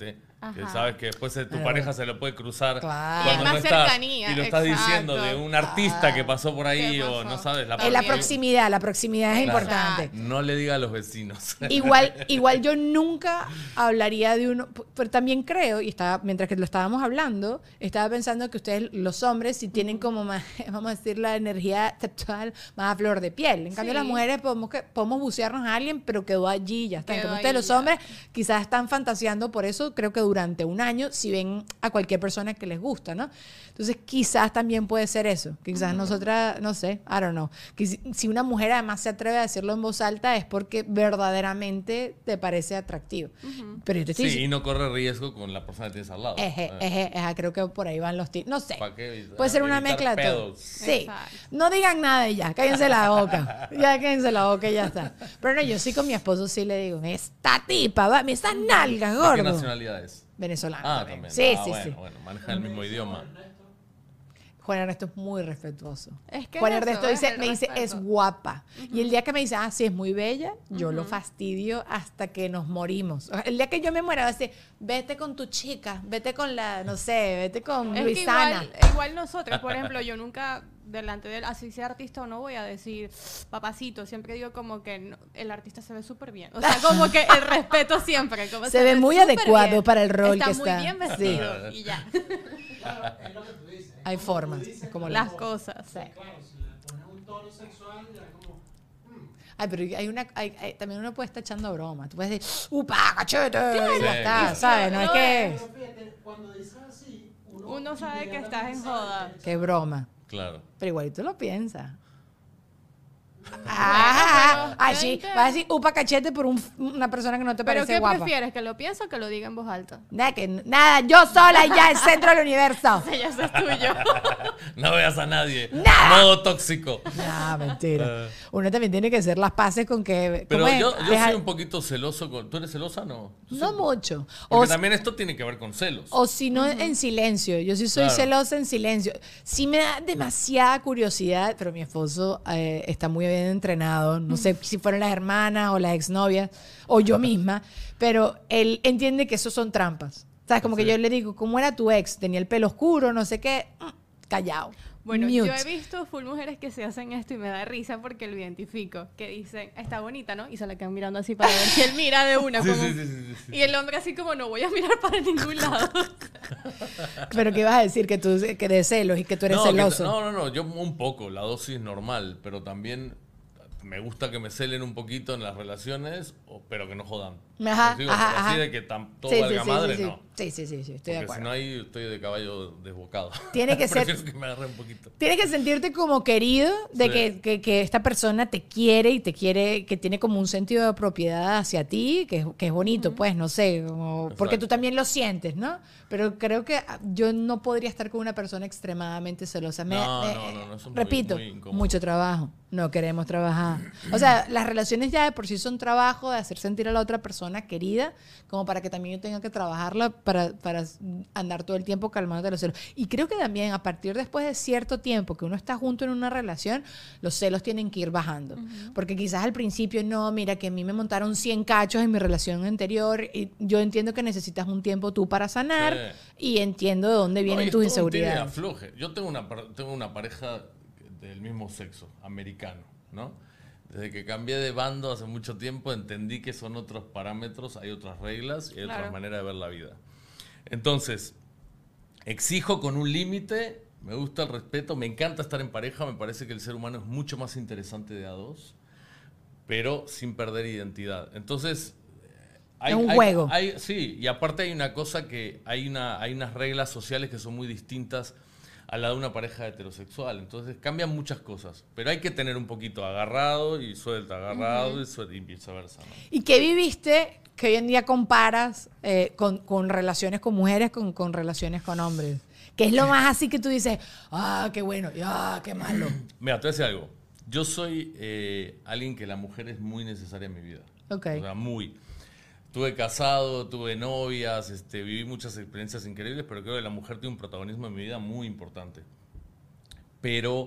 Que sabes que después tu pareja se lo puede cruzar Claro. cuando Y hay no más estás. cercanía, Y lo estás exacto. diciendo de un artista que pasó por ahí ¿Qué o pasó? no sabes. La También. proximidad es Claro. importante. No le diga a los vecinos. Igual yo nunca hablaría de uno, pero también creo, y mientras que lo estábamos hablando, estaba pensando que ustedes, los hombres, si tienen como más, vamos a decir, la energía sexual más a flor de piel. En cambio, Sí. las mujeres podemos bucearnos a alguien, pero quedó allí, ya está. En Quedó cambio, ustedes, ahí, los ya. hombres, quizás están fantaseando por eso, creo que durante un año, si ven a cualquier persona que les gusta, ¿no? Entonces, quizás también puede ser eso. Quizás nosotras, no sé, I don't know. Que si una mujer además se atreve a decirlo en voz alta es porque verdaderamente te parece atractivo. Pero yo te estoy Sí, y diciendo, no corre riesgo con la persona que tienes al lado. creo que por ahí van los tips. No sé. ¿Para qué? Puede ser una Evitar mezcla de todo. pedos. Sí. Exacto. No digan nada y ya. Cállense la boca. Ya cállense la boca y ya está. Pero no, yo sí con mi esposo sí le digo, esta tipa, va, estas nalgas, ¿De gordo. qué nacionalidad es? Venezolano. También. Sí, Ah, sí, bueno, sí. Bueno, maneja el mismo idioma. Juan Ernesto es muy respetuoso. Es que Juan eso Ernesto es el me dice, es respeto. guapa. Y el día que me dice, sí, es muy bella, yo lo fastidio hasta que nos morimos. El día que yo me muera, va a decir, vete con tu chica, vete con la, no sé, vete con Es que Luisana. igual nosotros, por ejemplo, yo nunca delante de él, así sea artista o no, voy a decir papacito. Siempre digo como que el artista se ve súper bien. O sea, como que el respeto siempre. Como Se ve muy súper adecuado bien. para el rol está que muy está. bien vestido y ya. Claro, es lo que tú dices. Hay formas, como Las cosas. Sí. Claro, si le pones un tono sexual, ya como. Ay, pero también uno puede estar echando broma. Tú puedes decir, ¡upa, cachete! Y Sí. ya está, ¿sabes? No es No, que... Pero fíjate, cuando dices así, Uno sabe que estás en joda. Qué broma. Claro. Pero igualito lo piensas. pero Así, yo vas a decir upa cachete por una persona que no te ¿Pero parece qué guapa. prefieres? ¿Que lo piense o que lo diga en voz alta? Nada, yo sola y ya el centro del universo. Ya eso es tuyo. No veas a nadie. Nada. Modo tóxico. No, mentira. Uno también tiene que hacer las paces con que... Pero ¿cómo es? yo Deja- soy un poquito celoso. ¿Tú eres celosa o no? No mucho. Porque O también esto tiene que ver con celos. O si no, en silencio. Yo sí soy Claro. celosa en silencio. Sí me da demasiada curiosidad, pero mi esposo está muy bien entrenado. No sé si fueron las hermanas o las exnovias o yo misma, pero él entiende que eso son trampas. ¿Sabes? Como que yo le digo, ¿cómo era tu ex? Tenía el pelo oscuro, no sé qué. Callado. Bueno, Mute. yo he visto full mujeres que se hacen esto y me da risa porque lo identifico. Que dicen, está bonita, ¿no? Y se la quedan mirando así para ver si él mira de una. Sí, como- sí. Y el hombre así como, no voy a mirar para ningún lado. Pero ¿qué ibas a decir? Que tú que de celos y que tú eres No, celoso. no, yo un poco, la dosis normal, pero también me gusta que me celen un poquito en las relaciones, pero que no jodan. Ajá, Digo, ajá, pero así ajá. de que todo Sí, valga madre, sí. no. Sí, estoy de Porque acuerdo. si no ahí estoy de caballo desbocado. Tiene que ser- Prefiero que me agarre un poquito. Tienes que sentirte como querido de Sí. que esta persona te quiere y te quiere, que tiene como un sentido de propiedad hacia ti, que es bonito, pues, no sé, como, porque tú Exacto. también lo sientes, ¿no? Pero creo que yo no podría estar con una persona extremadamente celosa. No, eso es muy- repito, muy incómodo. mucho trabajo. No queremos trabajar. O sea, las relaciones ya de por sí son trabajo de hacer sentir a la otra persona querida, como para que también yo tenga que trabajarla para andar todo el tiempo calmándote los celos. Y creo que también a partir después de cierto tiempo que uno está junto en una relación, los celos tienen que ir bajando. Porque quizás al principio, no, mira, que a mí me montaron 100 cachos en mi relación anterior y yo entiendo que necesitas un tiempo tú para sanar y entiendo de dónde vienen No, y tus es todo un tire y inseguridades. afloje. Yo tengo una pareja del mismo sexo, americano, ¿no? Desde que cambié de bando hace mucho tiempo entendí que son otros parámetros, hay otras reglas y hay otras maneras de ver la vida. Entonces, exijo con un límite, me gusta el respeto, me encanta estar en pareja, me parece que el ser humano es mucho más interesante de a dos, pero sin perder identidad. Entonces, Es un juego. Sí, y aparte hay una cosa que hay unas reglas sociales que son muy distintas a la de una pareja heterosexual. Entonces cambian muchas cosas, pero hay que tener un poquito agarrado y suelta, agarrado y suelta, y viceversa, ¿no? ¿Y qué viviste que hoy en día comparas con relaciones con mujeres con relaciones con hombres? ¿Qué es lo más así que tú dices, qué bueno, y qué malo? Mira, te voy a decir algo. Yo soy alguien que la mujer es muy necesaria en mi vida. Ok. O sea, muy. Estuve casado, tuve novias, viví muchas experiencias increíbles, pero creo que la mujer tiene un protagonismo en mi vida muy importante. Pero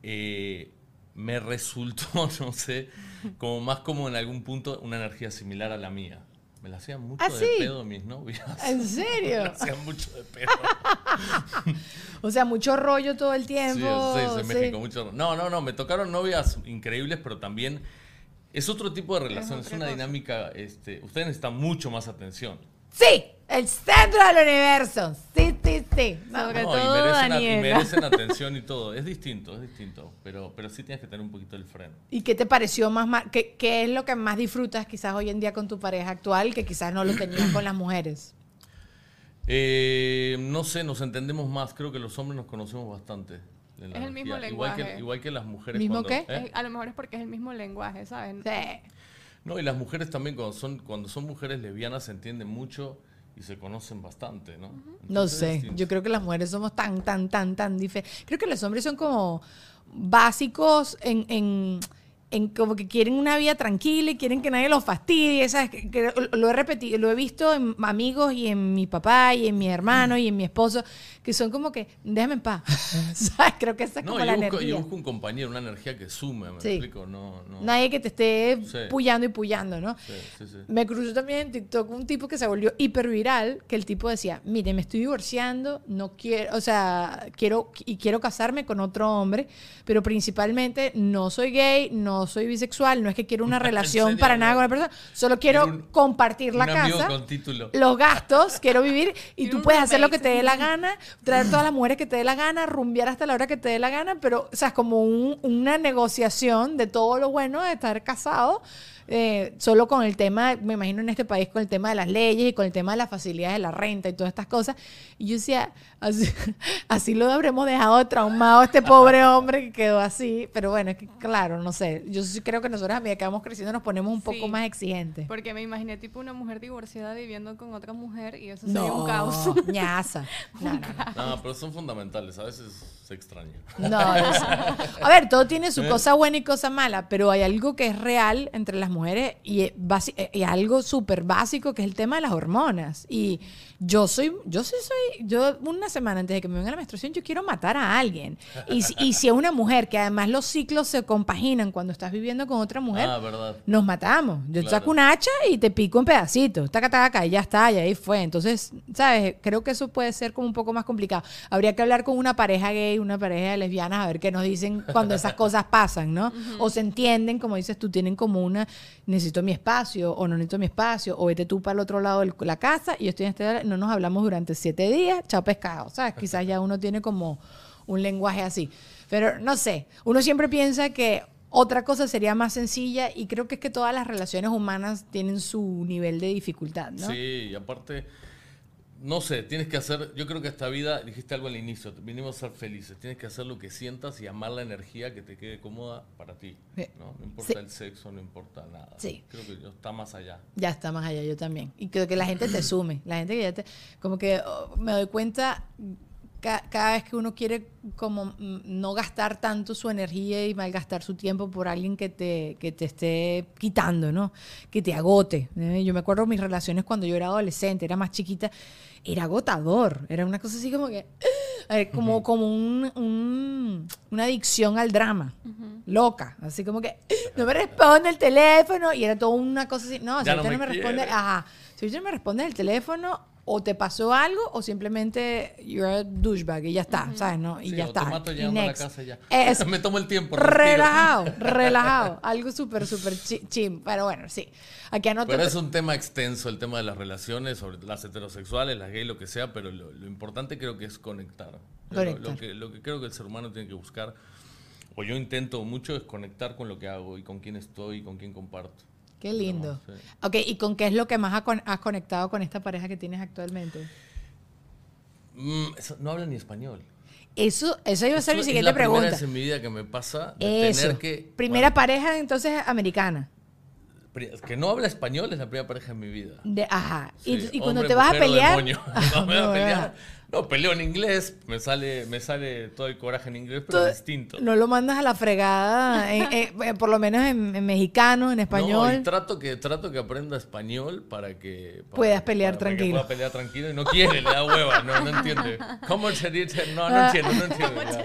me resultó, no sé, como más como en algún punto una energía similar a la mía. Me la hacían mucho de pedo mis novias. ¿En serio? Me la hacían mucho de pedo. O sea, mucho rollo todo el tiempo. Sí, en México, mucho rollo. No, me tocaron novias increíbles, pero también es otro tipo de relación, es una dinámica, ustedes necesitan mucho más atención. Sí, el centro del universo. Sí. Sobre todo y merecen atención y todo. Es distinto, pero sí tienes que tener un poquito el freno. ¿Y qué te pareció más? ¿Qué es lo que más disfrutas quizás hoy en día con tu pareja actual que quizás no lo tenías con las mujeres? No sé, nos entendemos más. Creo que los hombres nos conocemos bastante. Es el mismo lenguaje. Igual que las mujeres. ¿Mismo qué? A lo mejor es porque es el mismo lenguaje, ¿sabes? Sí. No, y las mujeres también cuando son mujeres lesbianas se entienden mucho y se conocen bastante, ¿no? Entonces, no sé, yo creo que las mujeres somos tan diferentes. Creo que los hombres son como básicos en como que quieren una vida tranquila y quieren que nadie los fastidie, ¿sabes? Que lo he repetido, lo he visto en amigos y en mi papá y en mi hermano y en mi esposo, que son como que, déjame en paz, ¿sabes? Creo que esa es como la energía. Yo busco un compañero, una energía que sume, ¿me explico? No. Nadie que te esté puyando, ¿no? Sí. Me cruzó también en TikTok un tipo que se volvió hiperviral, que el tipo decía, mire, me estoy divorciando, no quiero, o sea, quiero casarme con otro hombre, pero principalmente no soy gay, no soy bisexual, no es que quiero una relación para nada con la persona, solo quiero compartir la casa, con título. Los gastos, quiero vivir y tú puedes hacer lo que te dé la gana, traer todas las mujeres que te dé la gana, rumbear hasta la hora que te dé la gana, pero o sea, es como una negociación de todo lo bueno de estar casado. Solo con el tema, me imagino en este país, con el tema de las leyes y con el tema de las facilidades de la renta y todas estas cosas. Y yo decía, así lo habremos dejado traumado a este pobre hombre que quedó así. Pero bueno, es que claro, no sé. Yo sí creo que nosotros a medida que vamos creciendo nos ponemos un poco más exigentes. Porque me imaginé tipo una mujer divorciada viviendo con otra mujer y eso sería un caos. Ñaza. No, pero son fundamentales. A veces se extraña. No. A ver, todo tiene su cosa buena y cosa mala, pero hay algo que es real entre las mujeres y algo súper básico que es el tema de las hormonas. Y yo una semana antes de que me venga la menstruación, yo quiero matar a alguien. Y si es una mujer, que además los ciclos se compaginan cuando estás viviendo con otra mujer, ¿verdad? Nos matamos. Yo saco un hacha y te pico en pedacitos. Taca, y ya está, y ahí fue. Entonces, ¿sabes? Creo que eso puede ser como un poco más complicado. Habría que hablar con una pareja gay, una pareja de lesbianas, a ver qué nos dicen cuando esas cosas pasan, ¿no? O se entienden, como dices tú, tienen como una, necesito mi espacio, o no necesito mi espacio, o vete tú para el otro lado de la casa y yo estoy en este, no nos hablamos durante 7 días, chao pescado, ¿sabes? Quizás ya uno tiene como un lenguaje así. Pero no sé, uno siempre piensa que otra cosa sería más sencilla y creo que es que todas las relaciones humanas tienen su nivel de dificultad, ¿no? Sí, y aparte, no sé, tienes que hacer, yo creo que esta vida, dijiste algo al inicio, vinimos a ser felices, tienes que hacer lo que sientas y amar la energía que te quede cómoda para ti, ¿no? No importa el sexo, no importa nada. Sí. Creo que está más allá. Ya está más allá, yo también. Y creo que la gente te sume, la gente que ya te, como que me doy cuenta cada vez que uno quiere como no gastar tanto su energía y malgastar su tiempo por alguien que te esté quitando, ¿no? Que te agote. Yo me acuerdo de mis relaciones cuando yo era adolescente, era más chiquita, era agotador, era una cosa así como que una adicción al drama, loca, así como que no me responde el teléfono y era toda una cosa así, no, si ahorita no me responde, si ahorita no me responde el teléfono, o te pasó algo o simplemente you're a douchebag y ya está, ¿sabes? ¿No? Y ya está. Te mato llegando a la casa y ya. Me tomo el tiempo. Relajado. Algo súper chim. Pero bueno, sí. Aquí anoto. Pero es un tema extenso, el tema de las relaciones, sobre las heterosexuales, las gays, lo que sea, pero lo importante creo que es conectar. Lo que creo que el ser humano tiene que buscar, o yo intento mucho, es conectar con lo que hago y con quién estoy y con quién comparto. Qué lindo. Sí. Ok, ¿y con qué es lo que más has conectado con esta pareja que tienes actualmente? No hablan ni español. Eso iba a ser mi siguiente pregunta. Es la primera vez en mi vida que me pasa de tener que... Primera pareja, entonces, americana. Que no habla español es la primera pareja en mi vida. Ajá. Sí, y cuando te vas a pelear... No, peleo en inglés, me sale todo el coraje en inglés, pero es distinto. No lo mandas a la fregada, por lo menos en mexicano, en español. No, y trato que aprenda español para que... puedas pelear tranquilo. Para que pueda pelear tranquilo y no quiere, le da hueva, no entiende. ¿Cómo se dice? No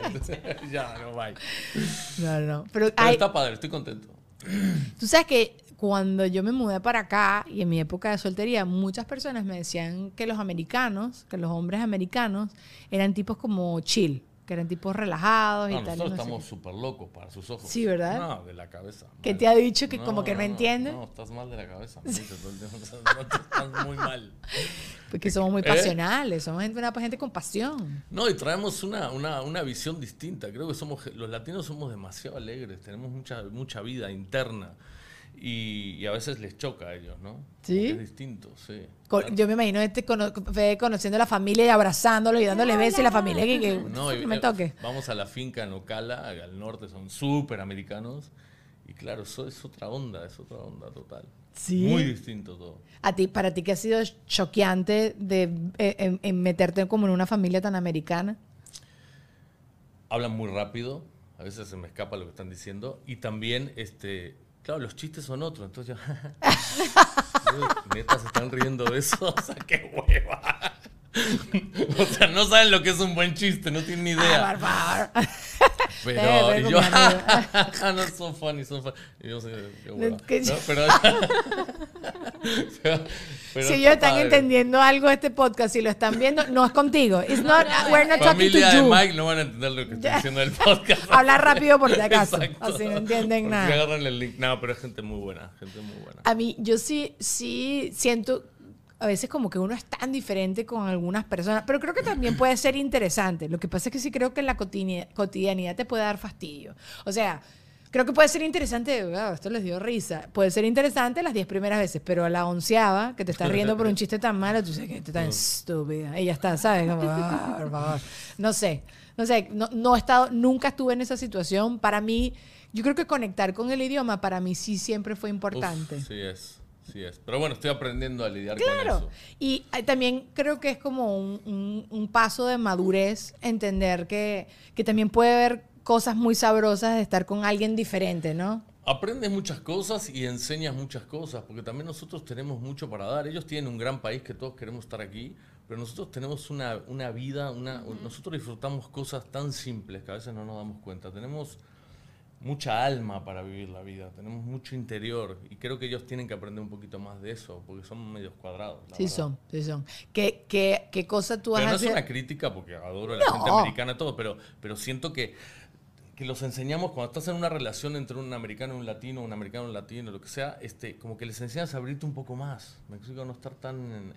entiende. Ya, no, bye. No. Pero está padre, estoy contento. Tú sabes que cuando yo me mudé para acá y en mi época de soltería, muchas personas me decían que los americanos, que los hombres americanos eran tipos como chill, que eran tipos relajados y tal. Nosotros estamos súper locos para sus ojos. Sí, ¿verdad? No, de la cabeza. ¿Qué te ha dicho que como que no entiende? No, estás mal de la cabeza. No, estás muy mal. Porque somos muy pasionales, somos una gente con pasión. No, y traemos una visión distinta. Creo que los latinos somos demasiado alegres, tenemos mucha vida interna. Y a veces les choca a ellos, ¿no? ¿Sí? Es distinto, sí. Yo me imagino Fede conociendo a la familia y abrazándolos y dándoles besos y la familia que no, me toque. Vamos a la finca en Ocala, al norte, son súper americanos. Y claro, eso es otra onda total. Sí. Muy distinto todo. Para ti, ¿qué ha sido choqueante en meterte como en una familia tan americana? Hablan muy rápido, a veces se me escapa lo que están diciendo. Y también, claro, los chistes son otros, entonces yo... ¿Neta se están riendo de eso? O sea, qué hueva. O sea, no saben lo que es un buen chiste, no tienen ni idea. Por favor. Pero y yo, no, son funny. Y yo sé, qué hueva. ¿No? Pero si ellos están entendiendo algo de este podcast, si lo están viendo, no es contigo. We're not talking to familia de you. Mike no van a entender lo que estoy diciendo del podcast. Habla rápido por si acaso. Exacto. Así no entienden Porque nada. agarran el link. No, pero es gente muy buena. A mí, yo sí siento a veces como que uno es tan diferente con algunas personas, pero creo que también puede ser interesante. Lo que pasa es que sí creo que en la cotidianidad te puede dar fastidio. O sea, creo que puede ser interesante, esto les dio risa, puede ser interesante las 10 primeras veces, pero a la 11ª, que te estás riendo por un chiste tan malo, tú sabes que esto es tan estúpida. Y ya está, ¿sabes? Como, por favor. No sé, no he estado, nunca estuve en esa situación. Para mí, yo creo que conectar con el idioma para mí sí siempre fue importante. Uf, sí es. Pero bueno, estoy aprendiendo a lidiar con eso. Y también creo que es como un paso de madurez entender que también puede haber cosas muy sabrosas de estar con alguien diferente, ¿no? Aprendes muchas cosas y enseñas muchas cosas, porque también nosotros tenemos mucho para dar. Ellos tienen un gran país que todos queremos estar aquí, pero nosotros tenemos una vida, nosotros disfrutamos cosas tan simples que a veces no nos damos cuenta. Tenemos mucha alma para vivir la vida, tenemos mucho interior y creo que ellos tienen que aprender un poquito más de eso porque son medios cuadrados. Sí son. ¿Qué cosa tú has Pero no es una crítica porque adoro a la gente americana todo, pero siento que los enseñamos cuando estás en una relación entre un americano y un latino, lo que sea, como que les enseñas a abrirte un poco más. Me explico, no estar tan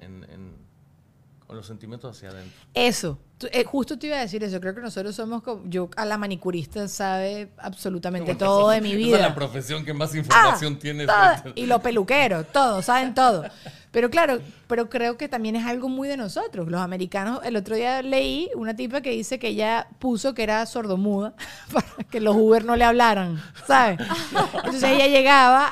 con los sentimientos hacia adentro. Eso. Justo te iba a decir eso. Creo que nosotros somos como... Yo a la manicurista sabe absolutamente todo de mi vida. Esa es la profesión que más información tiene. Y los peluqueros, todos, saben todo. Pero claro, creo que también es algo muy de nosotros. Los americanos, el otro día leí una tipa que dice que ella puso que era sordomuda para que los Uber no le hablaran, ¿sabes? Entonces ella llegaba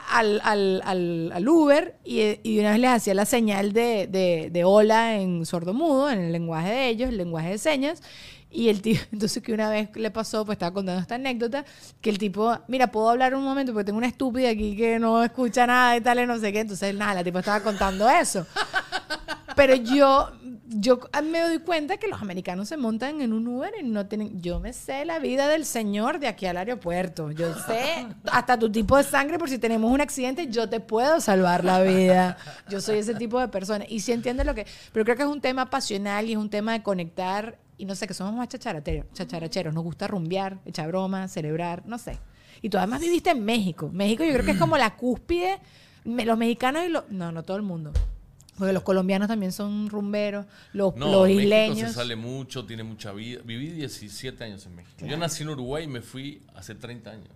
al Uber y de una vez les hacía la señal de hola en sordomudo, en el lenguaje de ellos, el lenguaje de señas. Y el tipo, entonces que una vez le pasó, pues estaba contando esta anécdota, que el tipo, mira, ¿puedo hablar un momento? Porque tengo una estúpida aquí que no escucha nada y tal, y no sé qué. Entonces, nada, la tipo estaba contando eso. Pero yo me doy cuenta que los americanos se montan en un Uber y no tienen... Yo me sé la vida del señor de aquí al aeropuerto. Yo sé hasta tu tipo de sangre por si tenemos un accidente, yo te puedo salvar la vida. Yo soy ese tipo de persona. Y sí entiendo lo que... Pero creo que es un tema pasional y es un tema de conectar... Y no sé, que somos más chacharacheros. Nos gusta rumbear, echar bromas, celebrar, no sé. Y tú además viviste en México. México yo creo que es como la cúspide. Los mexicanos y los... No todo el mundo. Porque los colombianos también son rumberos. Los isleños. México se sale mucho, tiene mucha vida. Viví 17 años en México. Claro. Yo nací en Uruguay y me fui hace 30 años.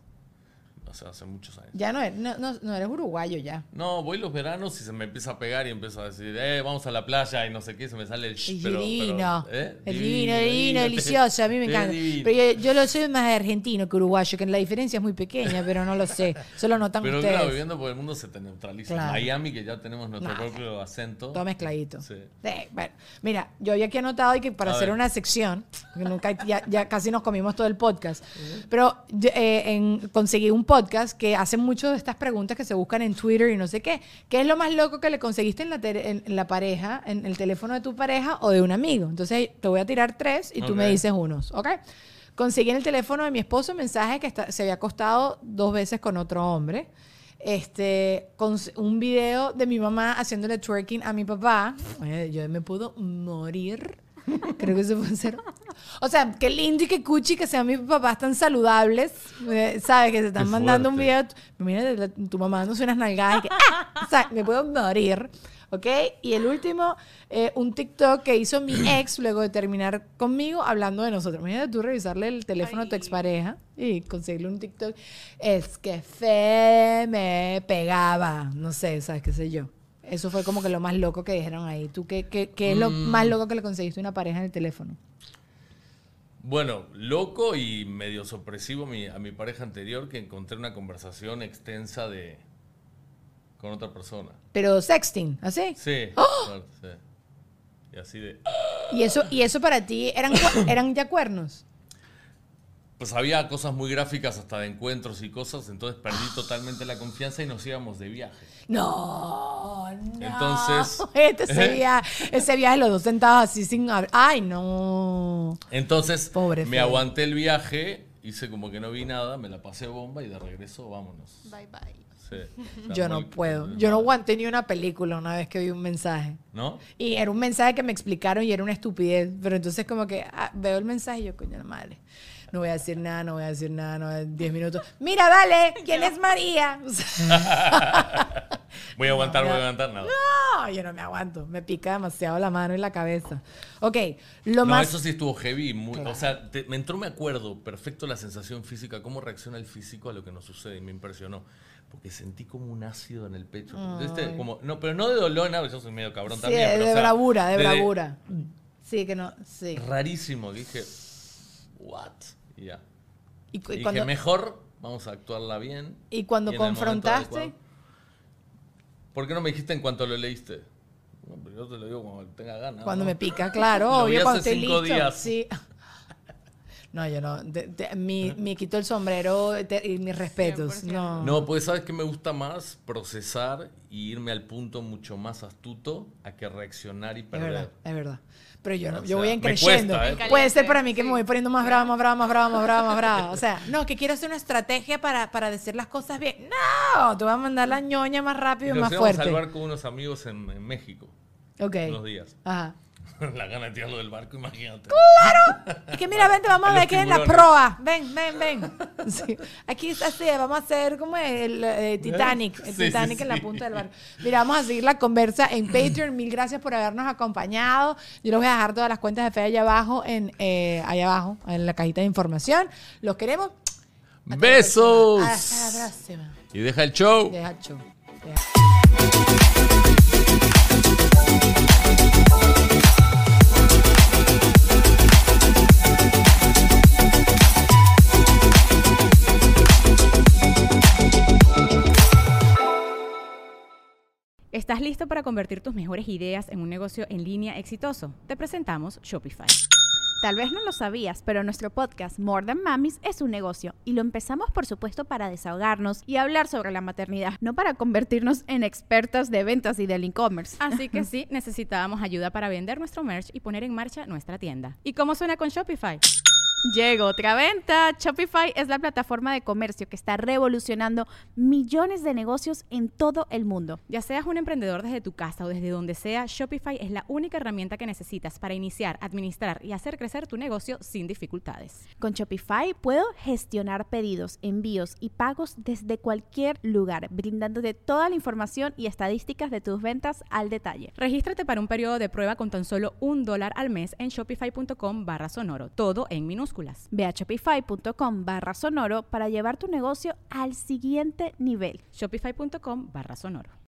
O sea, hace muchos años. Ya no eres uruguayo ya. No, voy los veranos y se me empieza a pegar y empiezo a decir, vamos a la playa y no sé qué, se me sale el divino. Divino, delicioso, a mí me encanta. Pero yo lo soy más argentino que uruguayo, que la diferencia es muy pequeña, pero no lo sé. Solo notan pero ustedes. Claro, viviendo por el mundo se te neutraliza. Claro. Miami, que ya tenemos nuestro propio acento. Todo mezcladito. Sí. Bueno, mira, yo había aquí anotado y que para hacer una sección, porque nunca, ya casi nos comimos todo el podcast, pero conseguí un podcast que hacen mucho de estas preguntas que se buscan en Twitter y no sé qué. ¿Qué es lo más loco que le conseguiste en la pareja, en el teléfono de tu pareja o de un amigo? Entonces te voy a tirar 3 y tú me dices unos, ¿ok? Conseguí en el teléfono de mi esposo mensajes que se había acostado 2 veces con otro hombre. con un video de mi mamá haciéndole twerking a mi papá. Oye, yo me puedo morir. Creo que eso puede ser. O sea, qué lindo y qué cuchi que sean mis papás tan saludables. ¿Sabes? Que se están mandando un video. Mira, tu mamá dándose unas nalgadas y que. O sea, me puedo morir. ¿Ok? Y el último, un TikTok que hizo mi ex luego de terminar conmigo hablando de nosotros. Imagínate tú revisarle el teléfono a tu expareja y conseguirle un TikTok. Es que fe me pegaba. No sé, ¿sabes? ¿Qué sé yo? Eso fue como que lo más loco que dijeron ahí. ¿Tú qué es lo más loco que le conseguiste a una pareja en el teléfono? Bueno, loco y medio sorpresivo a mi pareja anterior, que encontré una conversación extensa con otra persona. Pero sexting, ¿así? Sí, ¡Oh! claro, sí. Y así de... ¿Y eso para ti eran ya cuernos? Pues había cosas muy gráficas hasta de encuentros y cosas, entonces perdí totalmente la confianza y nos íbamos de viaje. No. Entonces... ese viaje los dos sentados así sin hablar. ¡Ay, no! Entonces Pobre me aguanté el viaje, hice como que no vi nada, me la pasé bomba y de regreso vámonos. Bye, bye. Sí, yo no puedo. Yo no aguanté ni una película una vez que vi un mensaje. ¿No? Y era un mensaje que me explicaron y era una estupidez. Pero entonces como que veo el mensaje y yo, coño la madre. No voy a decir nada, no 10 minutos. Mira, dale, ¿quién es María? Voy a aguantar nada. No, yo no me aguanto. Me pica demasiado la mano y la cabeza. Ok, eso sí estuvo heavy. Claro. O sea, me acuerdo perfecto la sensación física, cómo reacciona el físico a lo que nos sucede. Y me impresionó. Porque sentí como un ácido en el pecho. Pero no de dolor, nada, yo soy medio cabrón también. Sí, pero, bravura. Sí, que no, sí. Rarísimo. Dije, what? Y ya. Y dije, cuando, mejor vamos a actuarla bien. ¿Y cuando confrontaste? ¿Por qué no me dijiste en cuanto lo leíste? No, pero yo te lo digo cuando tenga ganas. Cuando me pica, claro. Lo vi obvio, cuando hace estoy 5 listo. días. Sí. No, yo no. Me quito el sombrero y mis respetos. 100%. No, pues sabes que me gusta más procesar y irme al punto mucho más astuto a que reaccionar y perder. Es verdad. Pero yo no, O yo sea, voy me creciendo. cuesta, Puede ser para mí que me voy poniendo más brava. O sea, no, que quiero hacer una estrategia para decir las cosas bien. No, te voy a mandar la ñoña más rápido y más fuerte. Nos íbamos al barco con unos amigos en México. Ok. Unos días. Ajá. La gana de tirarlo del barco, imagínate. ¡Claro! Es que mira, vente, vamos a ver qué es la tiburones. proa. Ven. Sí. Aquí está así, vamos a hacer como el Titanic. El Sí, Titanic sí, en la sí. punta del barco. Mira, vamos a seguir la conversa en Patreon. Mil gracias por habernos acompañado. Yo les voy a dejar todas las cuentas de Fe allá abajo, en la cajita de información. Los queremos. ¡Besos! Hasta la próxima. Y deja el show. Deja el show. ¿Estás listo para convertir tus mejores ideas en un negocio en línea exitoso? Te presentamos Shopify. Tal vez no lo sabías, pero nuestro podcast More Than Mamis es un negocio y lo empezamos por supuesto para desahogarnos y hablar sobre la maternidad, no para convertirnos en expertas de ventas y del e-commerce. Así que sí, necesitábamos ayuda para vender nuestro merch y poner en marcha nuestra tienda. ¿Y cómo suena con Shopify? Llegó otra venta. Shopify es la plataforma de comercio que está revolucionando millones de negocios en todo el mundo. Ya seas un emprendedor desde tu casa o desde donde sea, Shopify es la única herramienta que necesitas para iniciar, administrar y hacer crecer tu negocio sin dificultades. Con Shopify puedo gestionar pedidos, envíos y pagos desde cualquier lugar, brindándote toda la información y estadísticas de tus ventas al detalle. Regístrate para un periodo de prueba con tan solo $1 al mes en shopify.com/sonoro, todo en minúsculas. Ve a shopify.com/sonoro para llevar tu negocio al siguiente nivel. Shopify.com/sonoro.